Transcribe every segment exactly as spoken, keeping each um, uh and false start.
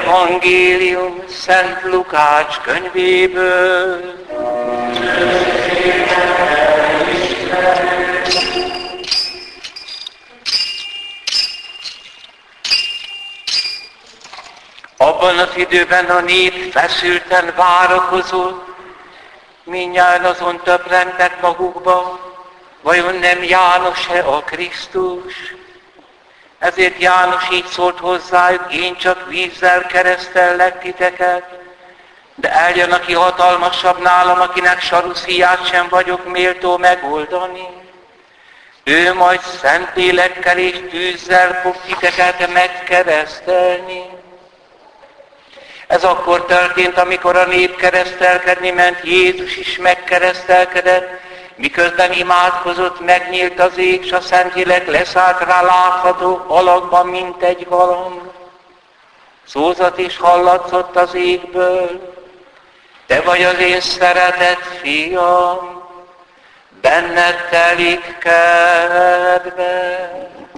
Evangélium Szent Lukács könyvéből. Abban az időben a nép feszülten várakozott, mindnyájan azon töprengtek magukba, vajon nem János-e a Krisztus? Ezért János így szólt hozzájuk, én csak vízzel keresztellek titeket, de eljön, aki hatalmasabb nálam, akinek saruszíját sem vagyok méltó megoldani. Ő majd Szentlélekkel és tűzzel fog titeket megkeresztelni. Ez akkor történt, amikor a nép keresztelkedni ment, Jézus is megkeresztelkedett, miközben imádkozott, megnyílt az ég, s a Szentlélek leszállt rá látható alakban, mint egy galamb. Szózat is hallatszott az égből, te vagy az én szeretett fiam, benned telik kedve.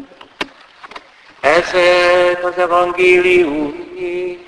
Ezek az evangéliumi.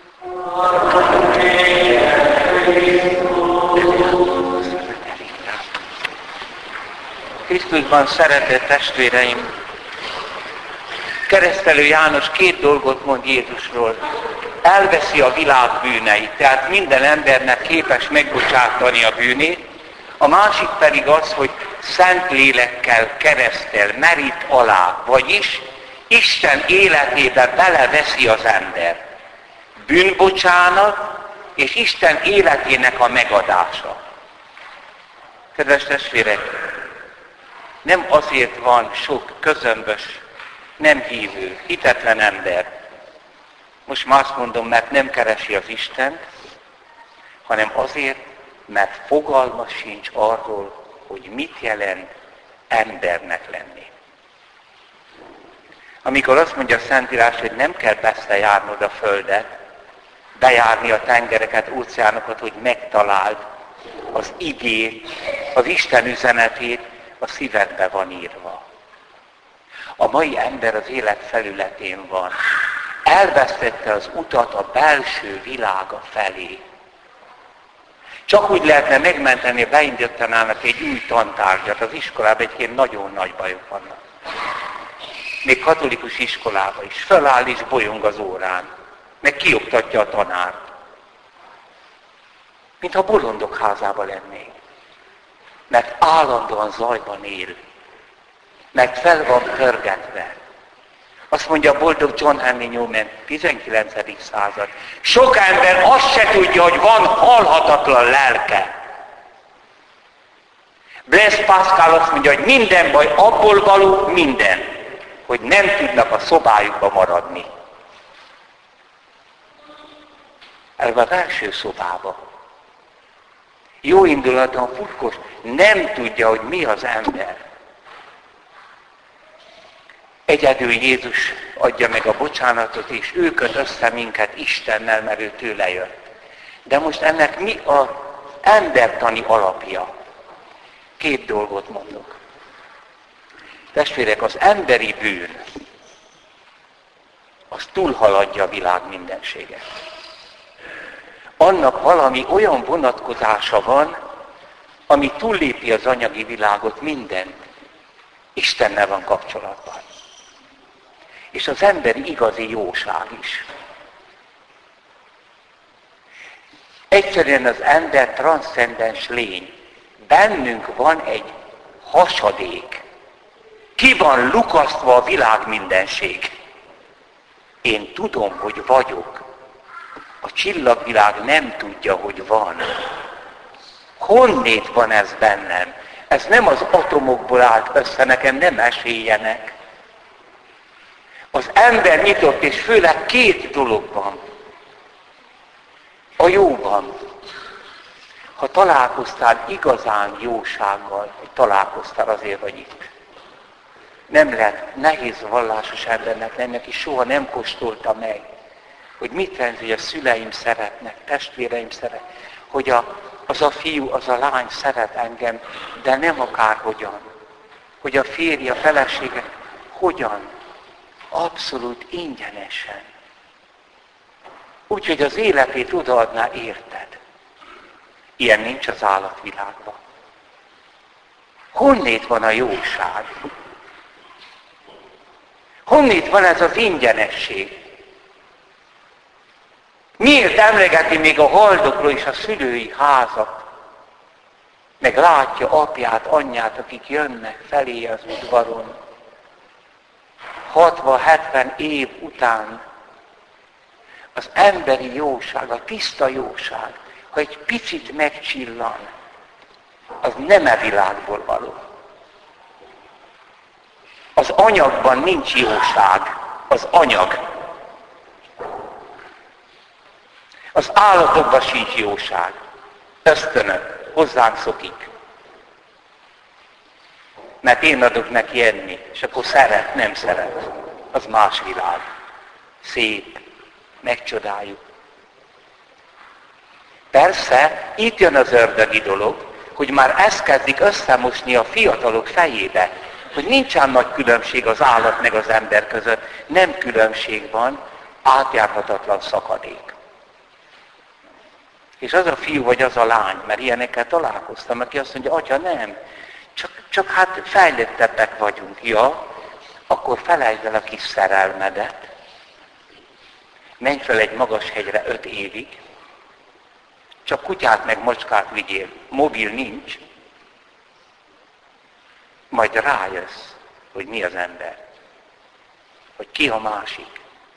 Krisztusban szeretett testvéreim, keresztelő János két dolgot mond Jézusról. Elveszi a világ bűneit, tehát minden embernek képes megbocsátani a bűnét, a másik pedig az, hogy szent lélekkel keresztel, merít alá, vagyis Isten életébe beleveszi az ember. Bűnbocsánat és Isten életének a megadása. Kedves testvérek, nem azért van sok közömbös, nem hívő, hitetlen ember, most már azt mondom, mert nem keresi az Istent, hanem azért, mert fogalma sincs arról, hogy mit jelent embernek lenni. Amikor azt mondja a Szentírás, hogy nem kell messze járnod a földet, bejárni a tengereket, óceánokat, hogy megtaláld az igét, az Isten üzenetét, a szívedbe van írva. A mai ember az élet felületén van. Elvesztette az utat a belső világa felé. Csak úgy lehetne megmenteni, beindítanának egy új tantárgyat. Az iskolában egyébként nagyon nagy bajok vannak. Még katolikus iskolában is. Föláll és bolyong az órán. Meg kioktatja a tanárt. Mintha bolondok házában lennénk. Mert állandóan zajban él. Mert fel van pörgetve. Azt mondja a boldog John Henry Newman, tizenkilencedik század. Sok ember azt se tudja, hogy van halhatatlan lelke. Blaise Pascal azt mondja, hogy minden baj abból való, minden, hogy nem tudnak a szobájukba maradni. Elve az első szobába. Jó indulatban futkos, nem tudja, hogy mi az ember. Egyedül Jézus adja meg a bocsánatot, és ő köt össze minket Istennel, mert ő tőle jött. De most ennek mi az embertani alapja? Két dolgot mondok. Testvérek, az emberi bűn, az túlhaladja a világ mindenséget. Annak valami olyan vonatkozása van, ami túllépi az anyagi világot, mindent. Istennel van kapcsolatban. És az emberi igazi jóság is. Egyszerűen az ember transzcendens lény. Bennünk van egy hasadék. Ki van lukasztva a világ mindenség. Én tudom, hogy vagyok. A csillagvilág nem tudja, hogy van. Honnét van ez bennem? Ez nem az atomokból állt össze, nekem nem esélyenek. Az ember nyitott, és főleg két dologban. A jóban. Ha találkoztál igazán jósággal, hogy találkoztál, azért vagy itt. Nem lehet nehéz vallásos embernek lenni, aki soha nem kóstolta meg, hogy mit jelent, hogy a szüleim szeretnek, testvéreim szeret, hogy a, az a fiú, az a lány szeret engem, de nem akárhogyan. Hogy a férj, a felesége, hogyan? Abszolút ingyenesen. Úgyhogy az életét odaadná érted. Ilyen nincs az állatvilágban. Honnét van a jóság? Honnét van ez az ingyenesség? Miért emlegeti még a haldokról is a szülői házat? Meg látja apját, anyját, akik jönnek felé az udvaron. hatvan-hetven év után az emberi jóság, a tiszta jóság, ha egy picit megcsillan, az nem e világból való. Az anyagban nincs jóság, az anyag. Az állatokban sincs jóság. Ösztönök, hozzánk szokik. Mert én adok neki enni, és akkor szeret, nem szeret. Az más világ. Szép, megcsodáljuk. Persze, itt jön az ördögi dolog, hogy már ezt kezdik összemosni a fiatalok fejébe, hogy nincsen nagy különbség az állat meg az ember között. Nem különbség van, átjárhatatlan szakadék. És az a fiú vagy az a lány, mert ilyenekkel találkoztam, aki azt mondja, atya nem, csak, csak hát fejlettebbek vagyunk. Ja, akkor felejtsd el a kis szerelmedet, menj fel egy magas hegyre öt évig, csak kutyát meg macskát vigyél, mobil nincs, majd rájössz, hogy mi az ember, hogy ki a másik.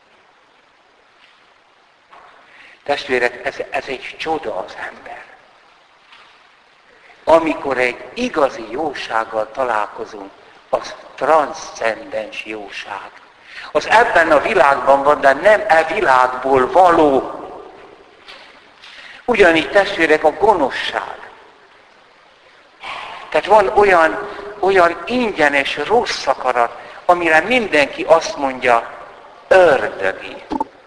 Testvérek, ez, ez egy csoda az ember. Amikor egy igazi jósággal találkozunk, az transzcendens jóság. Az ebben a világban van, de nem e világból való. Ugyanígy testvérek, a gonoszság. Tehát van olyan, olyan ingyenes rossz akarat, amire mindenki azt mondja, ördögi.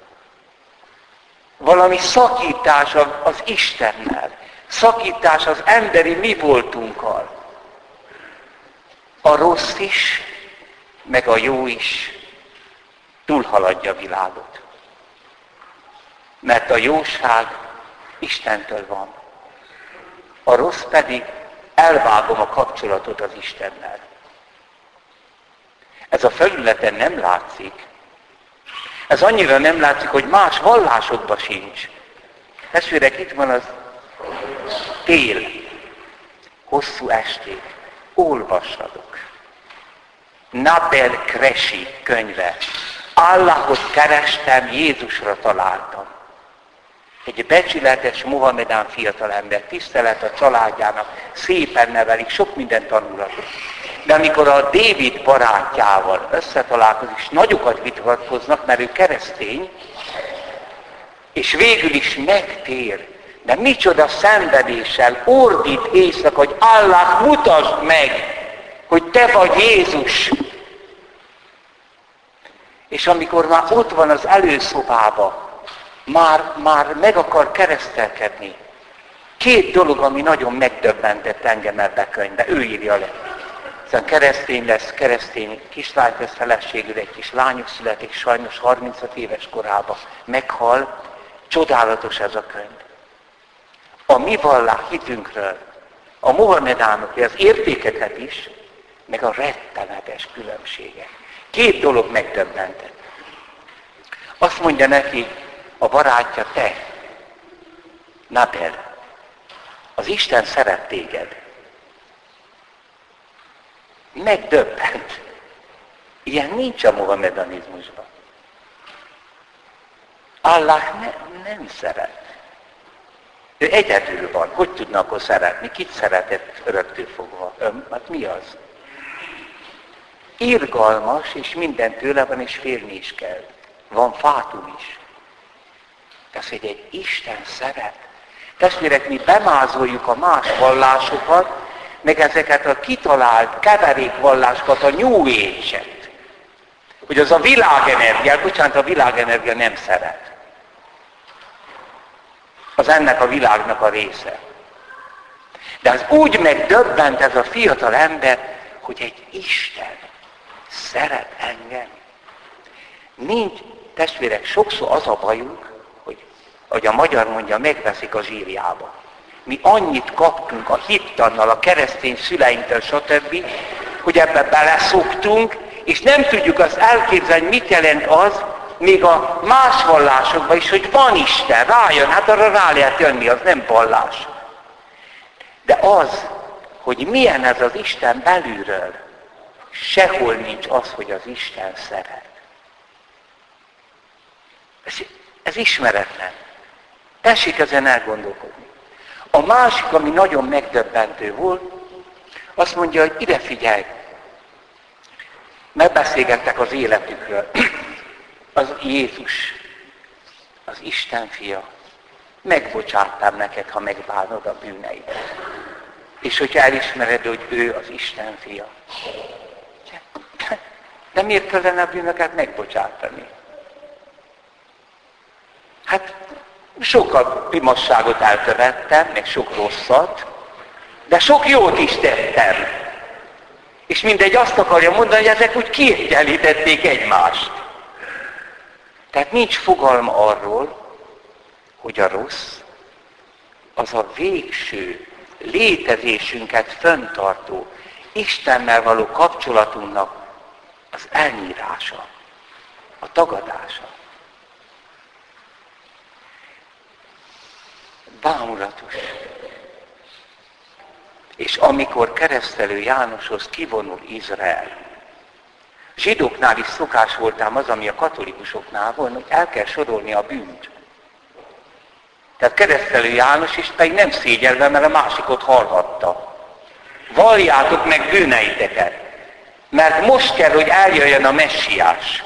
Valami szakítás az Istennel, szakítás az emberi mi voltunkkal. A rossz is, meg a jó is túlhaladja a világot. Mert a jóság Istentől van. A rossz pedig elvágom a kapcsolatot az Istennel. Ez a felületen nem látszik. Ez annyira nem látszik, hogy más vallásokban sincs. Testvérek, itt van az tél, hosszú esték, olvassadok. Nabel Kresi könyve. Allahot kerestem, Jézusra találtam. Egy becsületes mohamedán fiatalember, tisztelet a családjának, szépen nevelik, sok mindent tanulhatott. De amikor a David barátjával összetalálkozik, és nagyokat vitatkoznak, mert ő keresztény, és végül is megtér, de micsoda szenvedéssel ordít éjszaka, hogy Allah, mutasd meg, hogy te vagy Jézus. És amikor már ott van az előszobában, már, már meg akar keresztelkedni. Két dolog, ami nagyon megdöbbentett engem ebbe a könyvbe, ő írja le. Szóval keresztény lesz, keresztény kislány lesz feleségül, egy kis lányos születik, sajnos harmincöt éves korában meghal. Csodálatos ez a könyv. A mi vallás hitünkről, a mohamedánokról, az értékeket is, meg a rettenetes különbségek. Két dolog megdöbbentett. Azt mondja neki a barátja, te, Nabel, az Isten szeret téged. Megdöbbent. Ilyen nincs a mohamedanizmusban. Allah ne, nem szeret. Ő egyedül van. Hogy tudna akkor szeretni? Kit szeretett öröktől fogva? Ön, hát mi az? Irgalmas, és minden tőle van, és félni is kell. Van fátum is. Ez, hogy egy Isten szeret. Testvérek, mi bemázoljuk a más vallásokat, meg ezeket a kitalált keverékvallásokat, a New Age-et. Hogy az a világenergia, bocsánat, a világenergia nem szeret. Az ennek a világnak a része. De az úgy megdöbbent ez a fiatal ember, hogy egy Isten szeret engem. Nincs, testvérek, sokszor az a bajunk, hogy ahogy a magyar mondja, megveszik a zsírjába. Mi annyit kaptunk a hittannal, a keresztény szüleinktől, stb., hogy ebbe beleszoktunk, és nem tudjuk azt elképzelni, mit jelent az, még a más vallásokban is, hogy van Isten, rájön, hát arra rá lehet jönni, az nem vallás. De az, hogy milyen ez az Isten belülről, sehol nincs az, hogy az Isten szeret. Ez, ez ismeretlen. Tessék ezen elgondolkodni. A másik, ami nagyon megdöbbentő volt, azt mondja, hogy ide figyelj, megbeszélgettek az életükről. Az Jézus, az Isten fia, megbocsáttál neked, ha megválnod a bűneidet. És hogyha elismered, hogy ő az Isten fia. De miért kellene a bűnöket megbocsátani? Hát sokkal pimasságot elkövettem, meg sok rosszat, de sok jót is tettem. És mindegy azt akarja mondani, hogy ezek úgy kiegyenlítették egymást. Tehát nincs fogalma arról, hogy a rossz az a végső létezésünket fenntartó, Istennel való kapcsolatunknak az elnyírása, a tagadása. Bámulatos. És amikor keresztelő Jánoshoz kivonul Izrael, zsidóknál is szokás voltám az, ami a katolikusoknál van, hogy el kell sorolni a bűnt. Tehát keresztelő János is pedig nem szégyelve, mert a másikot hallhatta. Valljátok meg bűneiteket, mert most kell, hogy eljöjjön a messiás.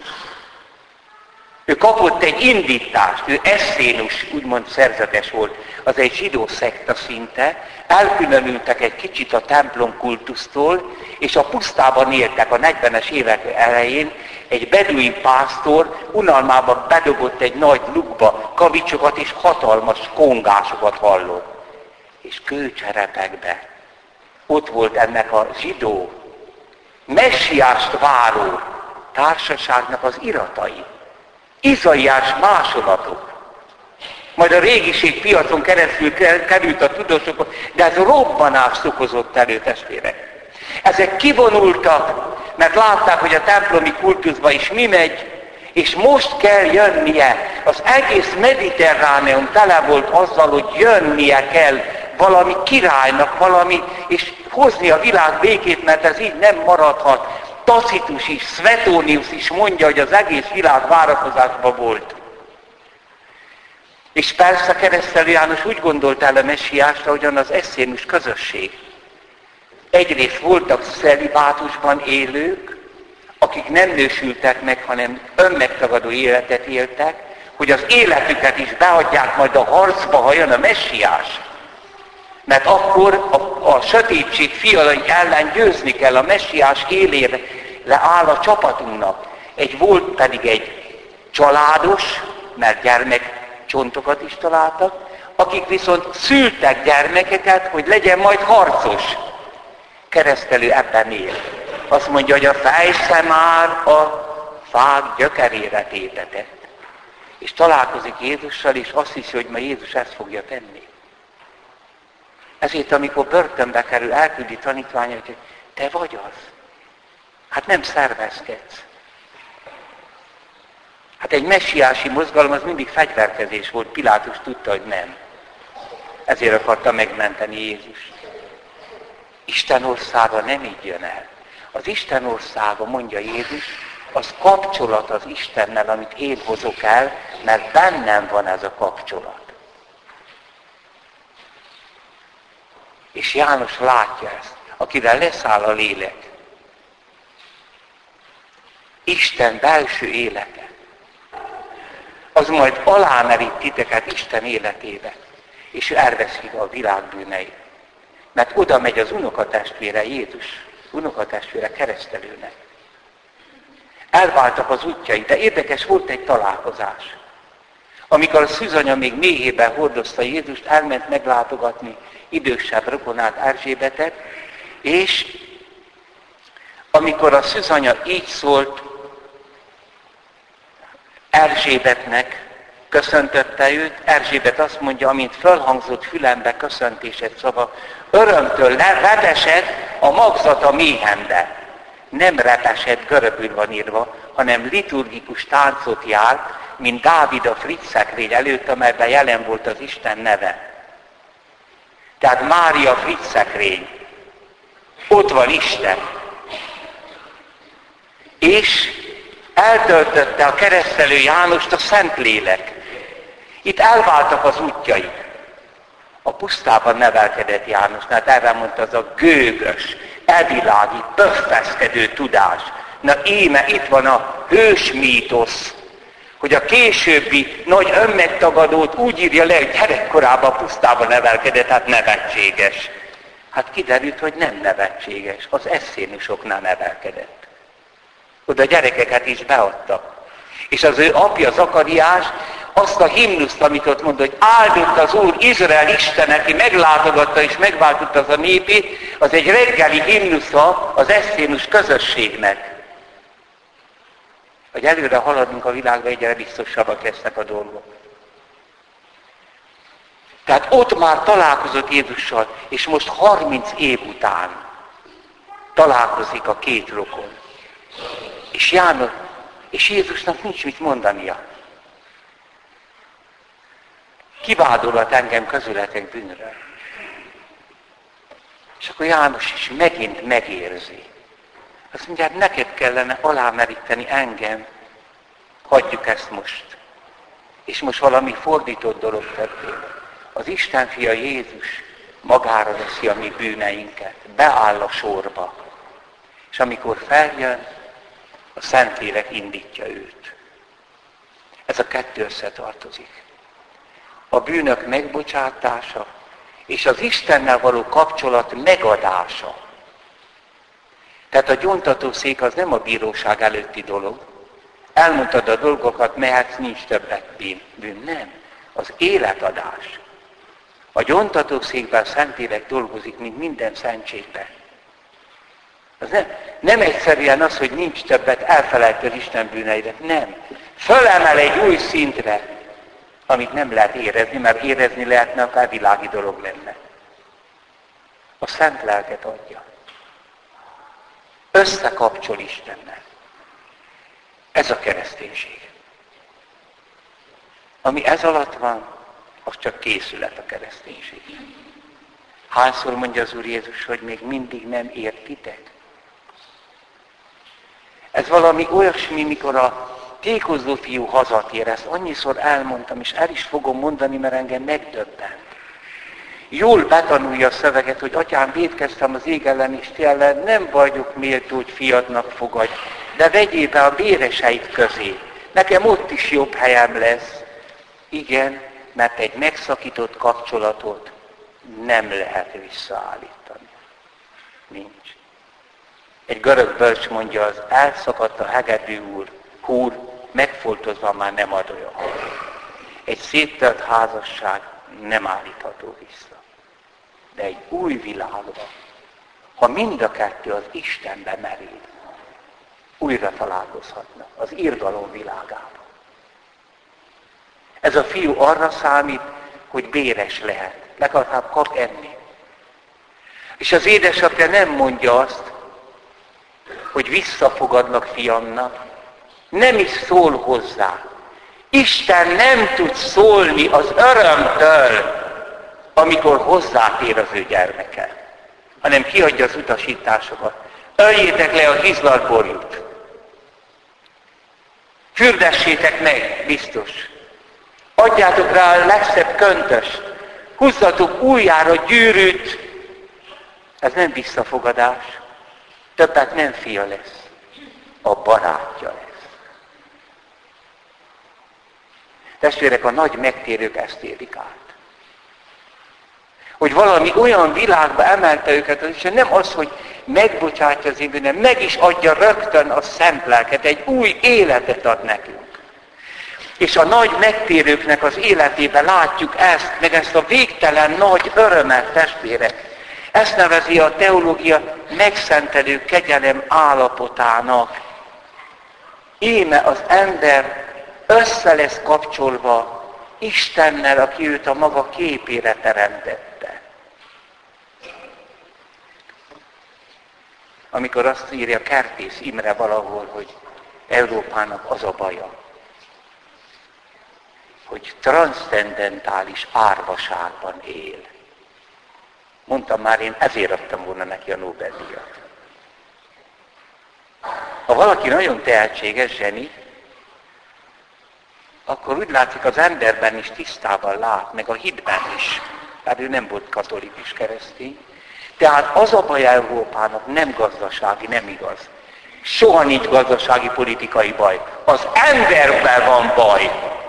Ő kapott egy indítást, ő eszénus, úgymond szerzetes volt, az egy zsidó szekta szinte, elkülönültek egy kicsit a templom kultusztól, és a pusztában éltek a negyvenes évek elején, egy beduin pásztor unalmában bedobott egy nagy lukba kavicsokat, és hatalmas kongásokat hallott. És kőcserepekbe ott volt ennek a zsidó, messiást váró társaságnak az iratai. Izaiás másolatok. Majd a régiség piacon keresztül került a tudósokon, de ez robbanást okozott elő, testvérek. Ezek kivonultak, mert látták, hogy a templomi kultuszba is mi megy, és most kell jönnie. Az egész Mediterráneum tele volt azzal, hogy jönnie kell valami királynak, valami, és hozni a világ békét, mert ez így nem maradhat. Tacitus is, Suetonius is mondja, hogy az egész világ várakozásban volt. És persze keresztelő János úgy gondolt el a messiásra, hogyan az eszénus közösség. Egyrészt voltak szelibátusban élők, akik nem nősültek meg, hanem önmegtagadó életet éltek, hogy az életüket is beadják majd a harcba, ha jön a messiás. Mert akkor a, a sötétség fialai ellen győzni kell, a messiás élére áll a csapatunknak. Egy volt pedig egy családos, mert gyermekcsontokat is találtak, akik viszont szültek gyermekeket, hogy legyen majd harcos. Keresztelő ebben él. Azt mondja, hogy a fejsze már a fák gyökerére tétetett. És találkozik Jézussal, és azt hiszi, hogy ma Jézus ezt fogja tenni. Ezért, amikor börtönbe kerül, elküldi tanítványa, hogy te vagy az. Hát nem szervezkedsz. Hát egy messiási mozgalom az mindig fegyverkezés volt. Pilátus tudta, hogy nem. Ezért akarta megmenteni Jézust. Isten országa nem így jön el. Az Isten országa, mondja Jézus, az kapcsolat az Istennel, amit én hozok el, mert bennem van ez a kapcsolat. És János látja ezt, akire leszáll a lélek. Isten belső élete. Az majd alámerít titeket Isten életébe, és ő elveszi a világ bűneit. Mert oda megy az unokatestvére Jézus, unokatestvére keresztelőnek. Elváltak az útjai, de érdekes volt egy találkozás. Amikor a szűzanya még méhében hordozta Jézust, elment meglátogatni idősebb rokonát, Erzsébetet, és amikor a szűzanya így szólt Erzsébetnek, köszöntötte őt, Erzsébet azt mondja, amint fölhangzott fülembe köszöntésed szava, örömtől repesed a magzata méhembe. Nem repesed, görögül van írva, hanem liturgikus táncot járt, mint Dávid a Fritz szekrény előtt, amelyben jelen volt az Isten neve. Tehát Mária Fritz szekrény. Ott van Isten. És eltöltötte a keresztelő Jánost a Szentlélek. Itt elváltak az útjai. A pusztában nevelkedett Jánosnál, erre mondta az a gőgös, elvilági, pöffeszkedő tudás. Na íme itt van a hős mítosz, hogy a későbbi nagy önmegtagadót úgy írja le, hogy gyerekkorában a pusztában nevelkedett, hát nevetséges. Hát kiderült, hogy nem nevetséges, az esszénusoknál nevelkedett. Oda gyerekeket is beadtak. És az ő apja Zakariás azt a himnuszt, amit ott mondta, hogy áldott az Úr Izrael Istene, aki meglátogatta és megváltotta az a népét, az egy reggeli himnusza az esszénus közösségnek. Hogy előre haladunk a világba, egyre biztosabbak lesznek a dolgok. Tehát ott már találkozott Jézussal, és most harminc év után találkozik a két rokon. És János, és Jézusnak nincs mit mondania. Kivádolat engem közületek bűnről. És akkor János is megint megérzi. Azt mondja, hát neked kellene alámeríteni engem. Hagyjuk ezt most. És most valami fordított dolog történt. Az Isten fia Jézus magára veszi a mi bűneinket. Beáll a sorba. És amikor feljön, a Szentlélek indítja őt. Ez a kettő összetartozik. A bűnök megbocsátása és az Istennel való kapcsolat megadása. Tehát a gyóntatószék az nem a bíróság előtti dolog. Elmondtad a dolgokat, mehetsz, nincs többet bűn. Nem. Az életadás. A gyóntatószékben a Szentlélek dolgozik, mint minden szentségben. Az nem, nem egyszerűen az, hogy nincs többet, elfelejtő Isten bűneidet. Nem. Fölemel egy új szintre, amit nem lehet érezni, mert érezni lehetne, akár világi dolog lenne. A Szent Lelket adja. Összekapcsol Istennel. Ez a kereszténység. Ami ez alatt van, az csak készület a kereszténység. Hányszor mondja az Úr Jézus, hogy még mindig nem értitek? Ez valami olyasmi, mikor a tékozó fiú hazatér, ezt annyiszor elmondtam, és el is fogom mondani, mert engem megdöbbent. Jól betanulja a szöveget, hogy atyám, vétkeztem az ég ellen és ti ellen, nem vagyok méltó, hogy fiadnak fogadj, de vegyél be a véreseit közé. Nekem ott is jobb helyem lesz. Igen, mert egy megszakított kapcsolatot nem lehet visszaállítani. Nincs. Egy görög bölcs mondja, az elszakadt a hegedű úr, húr, megfoltozva már nem ad olyan. Egy széttelt házasság nem állítható vissza. De egy új világban, ha mind a kettő az Istenbe merül, újra találkozhatnak az irgalom világában. Ez a fiú arra számít, hogy béres lehet, legalább kap enni. És az édesapja nem mondja azt, hogy visszafogadlak fiamnak, nem is szól hozzá. Isten nem tud szólni az örömtől, amikor hozzátér az ő gyermeke, hanem kiadja az utasításokat. Öljétek le a hizlalborjút. Fürdessétek meg, biztos. Adjátok rá a legszebb köntöst. Húzzatok újjára gyűrűt. Ez nem visszafogadás. Többet nem fia lesz. A barátja lesz. Testvérek, a nagy megtérők ezt érik át. Hogy valami olyan világba emelte őket, az Isten nem az, hogy megbocsátja az én bűnöm, meg is adja rögtön a Szent Lelket, egy új életet ad nekünk. És a nagy megtérőknek az életében látjuk ezt, meg ezt a végtelen nagy örömet, testvérek. Ezt nevezi a teológia megszentelő kegyelem állapotának. Íme az ember össze lesz kapcsolva Istennel, aki őt a maga képére teremtette. Amikor azt írja Kertész Imre valahol, hogy Európának az a baja, hogy transzcendentális árvaságban él. Mondtam már, én ezért adtam volna neki a Nobel-díjat. Ha valaki nagyon tehetséges, zseni, akkor úgy látszik, az emberben is tisztában lát, meg a hitben is. Tehát ő nem volt katolikus keresztény. Tehát az a baj Európának nem gazdasági, nem igaz. Soha nincs gazdasági, politikai baj. Az emberben van baj.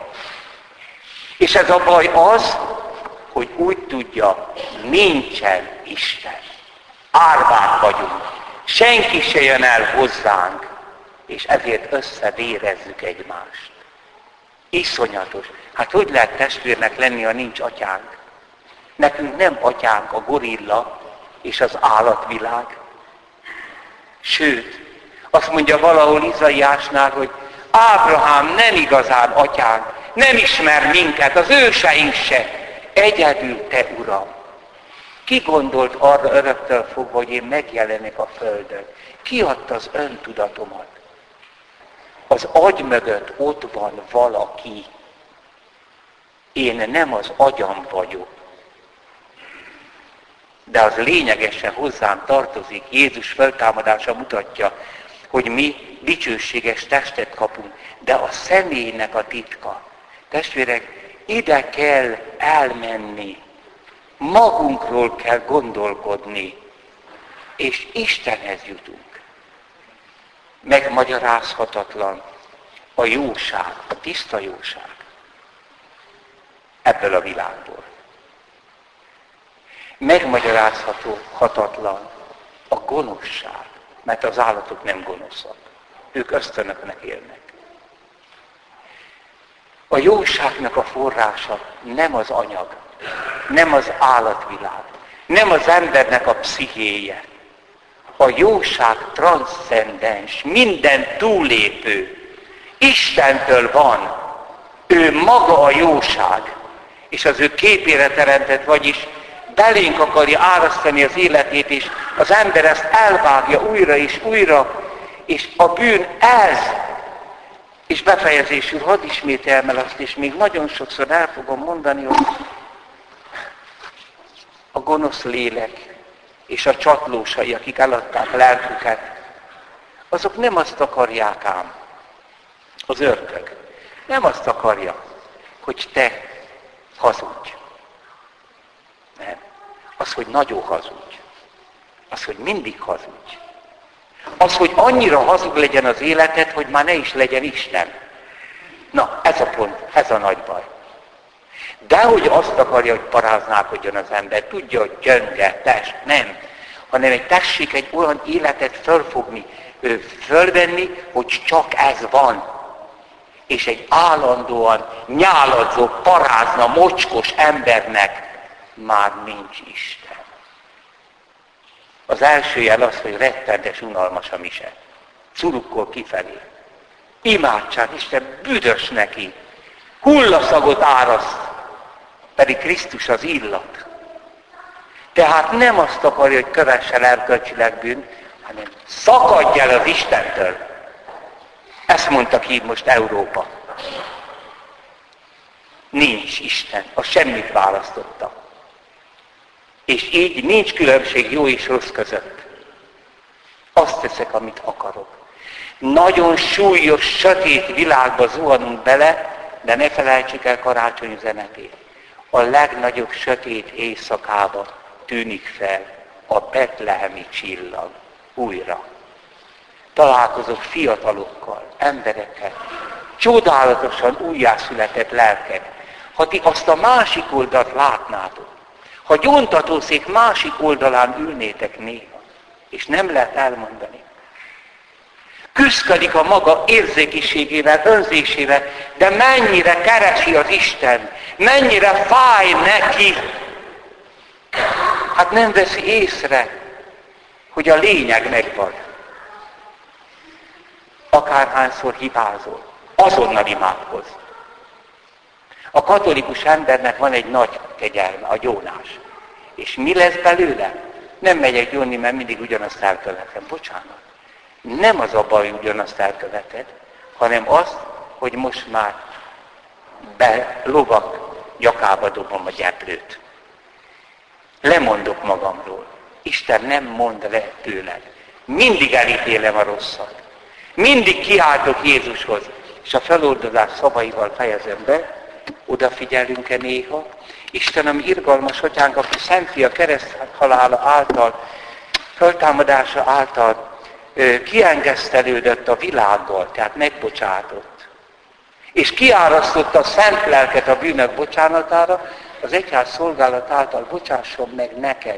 És ez a baj az, hogy úgy tudja, nincsen Isten. Árvák vagyunk. Senki se jön el hozzánk, és ezért összevérezzük egymást. Iszonyatos. Hát hogy lehet testvérnek lenni, ha nincs atyánk? Nekünk nem atyánk a gorilla és az állatvilág. Sőt, azt mondja valahol Izaiásnál, hogy Ábrahám nem igazán atyánk, nem ismer minket, az őseink se. Egyedül te, Uram. Ki gondolt arra öröktől fogva, hogy én megjelenek a földön? Ki adta az öntudatomat? Az agy mögött ott van valaki. Én nem az agyam vagyok. De az lényegesen hozzám tartozik. Jézus feltámadása mutatja, hogy mi dicsőséges testet kapunk, de a személynek a titka. Testvérek, ide kell elmenni. Magunkról kell gondolkodni, és Istenhez jutunk. Megmagyarázhatatlan a jóság, a tiszta jóság ebből a világból. Megmagyarázható, hatatlan a gonoszság, mert az állatok nem gonoszak. Ők ösztönöknek élnek. A jóságnak a forrása nem az anyag, nem az állatvilág, nem az embernek a pszichéje. A jóság transzcendens, minden túllépő. Istentől van. Ő maga a jóság. És az ő képére teremtett, vagyis belénk akarja árasztani az életét, és az ember ezt elvágja újra és újra, és a bűn ez. És befejezésül hadd ismételjem el azt, és még nagyon sokszor el fogom mondani, hogy a gonosz lélek és a csatlósai, akik eladták lelküket, azok nem azt akarják ám, az ördög, nem azt akarja, hogy te hazudj. Nem. Az, hogy nagyon hazudj. Az, hogy mindig hazudj. Az, hogy annyira hazug legyen az életed, hogy már ne is legyen Isten. Na, ez a pont, ez a nagy baj. De hogy azt akarja, hogy paráználkodjon az ember, tudja, hogy gyönge, test, nem. Hanem egy tessék egy olyan életet fölfogni, fölvenni, hogy csak ez van. És egy állandóan nyáladzó, parázna, mocskos embernek már nincs Isten. Az első jel az, hogy rettentes, unalmas a mise. Curukkol kifelé. Imádság, Isten büdös neki. Hullaszagot áraszt, pedig Krisztus az illat. Tehát nem azt akarja, hogy kövessen erkölcsileg bűnt, hanem szakadj el az Istentől. Ezt mondta ki most Európa. Nincs Isten, a semmit választotta. És így nincs különbség jó és rossz között. Azt teszek, amit akarok. Nagyon súlyos, sötét világba zuhanunk bele, de ne felejtsük el karácsony üzenetét. A legnagyobb sötét éjszakába tűnik fel a betlehemi csillag újra. Találkozok fiatalokkal, emberekkel, csodálatosan újjászületett lelkek. Ha ti azt a másik oldalt látnátok, ha gyóntatószék másik oldalán ülnétek néha, és nem lehet elmondani. Küszködik a maga érzékiségével, önzésével, de mennyire keresi az Isten, mennyire fáj neki. Hát nem veszi észre, hogy a lényeg megvan. Akárhányszor hibázol, azonnal imádkozz. A katolikus embernek van egy nagy kegyelme, a gyónás. És mi lesz belőle? Nem megyek gyónni, mert mindig ugyanazt elkövetem. Bocsánat. Nem az a baj, hogy ugyanazt elköveted, hanem az, hogy most már be lovak nyakába dobom a gyeplőt. Lemondok magamról. Isten nem mond le tőled. Mindig elítélem a rosszat. Mindig kiáltok Jézushoz. És a feloldozás szavaival fejezem be, odafigyelünk-e néha. Isten, ami irgalmas atyánk, aki Szent Fia kereszt halála által, föltámadása által ö, kiengesztelődött a világgal, tehát megbocsátott. És kiárasztotta a szent lelket a bűnök bocsánatára, az egyház szolgálat által bocsásson meg neked,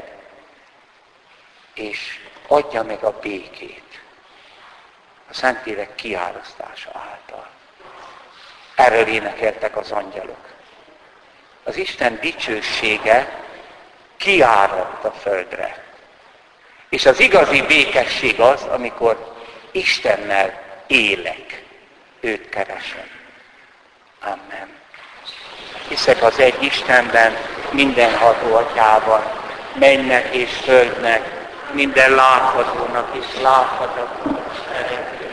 és adja meg a békét a Szentlélek kiárasztása által. Erről énekeltek az angyalok. Az Isten dicsősége kiáradt a földre. És az igazi békesség az, amikor Istennel élek, őt keresem. Amen. Hiszek az egy Istenben, mindenható Atyában, mennek és földnek, minden láthatónak és láthatatlannak.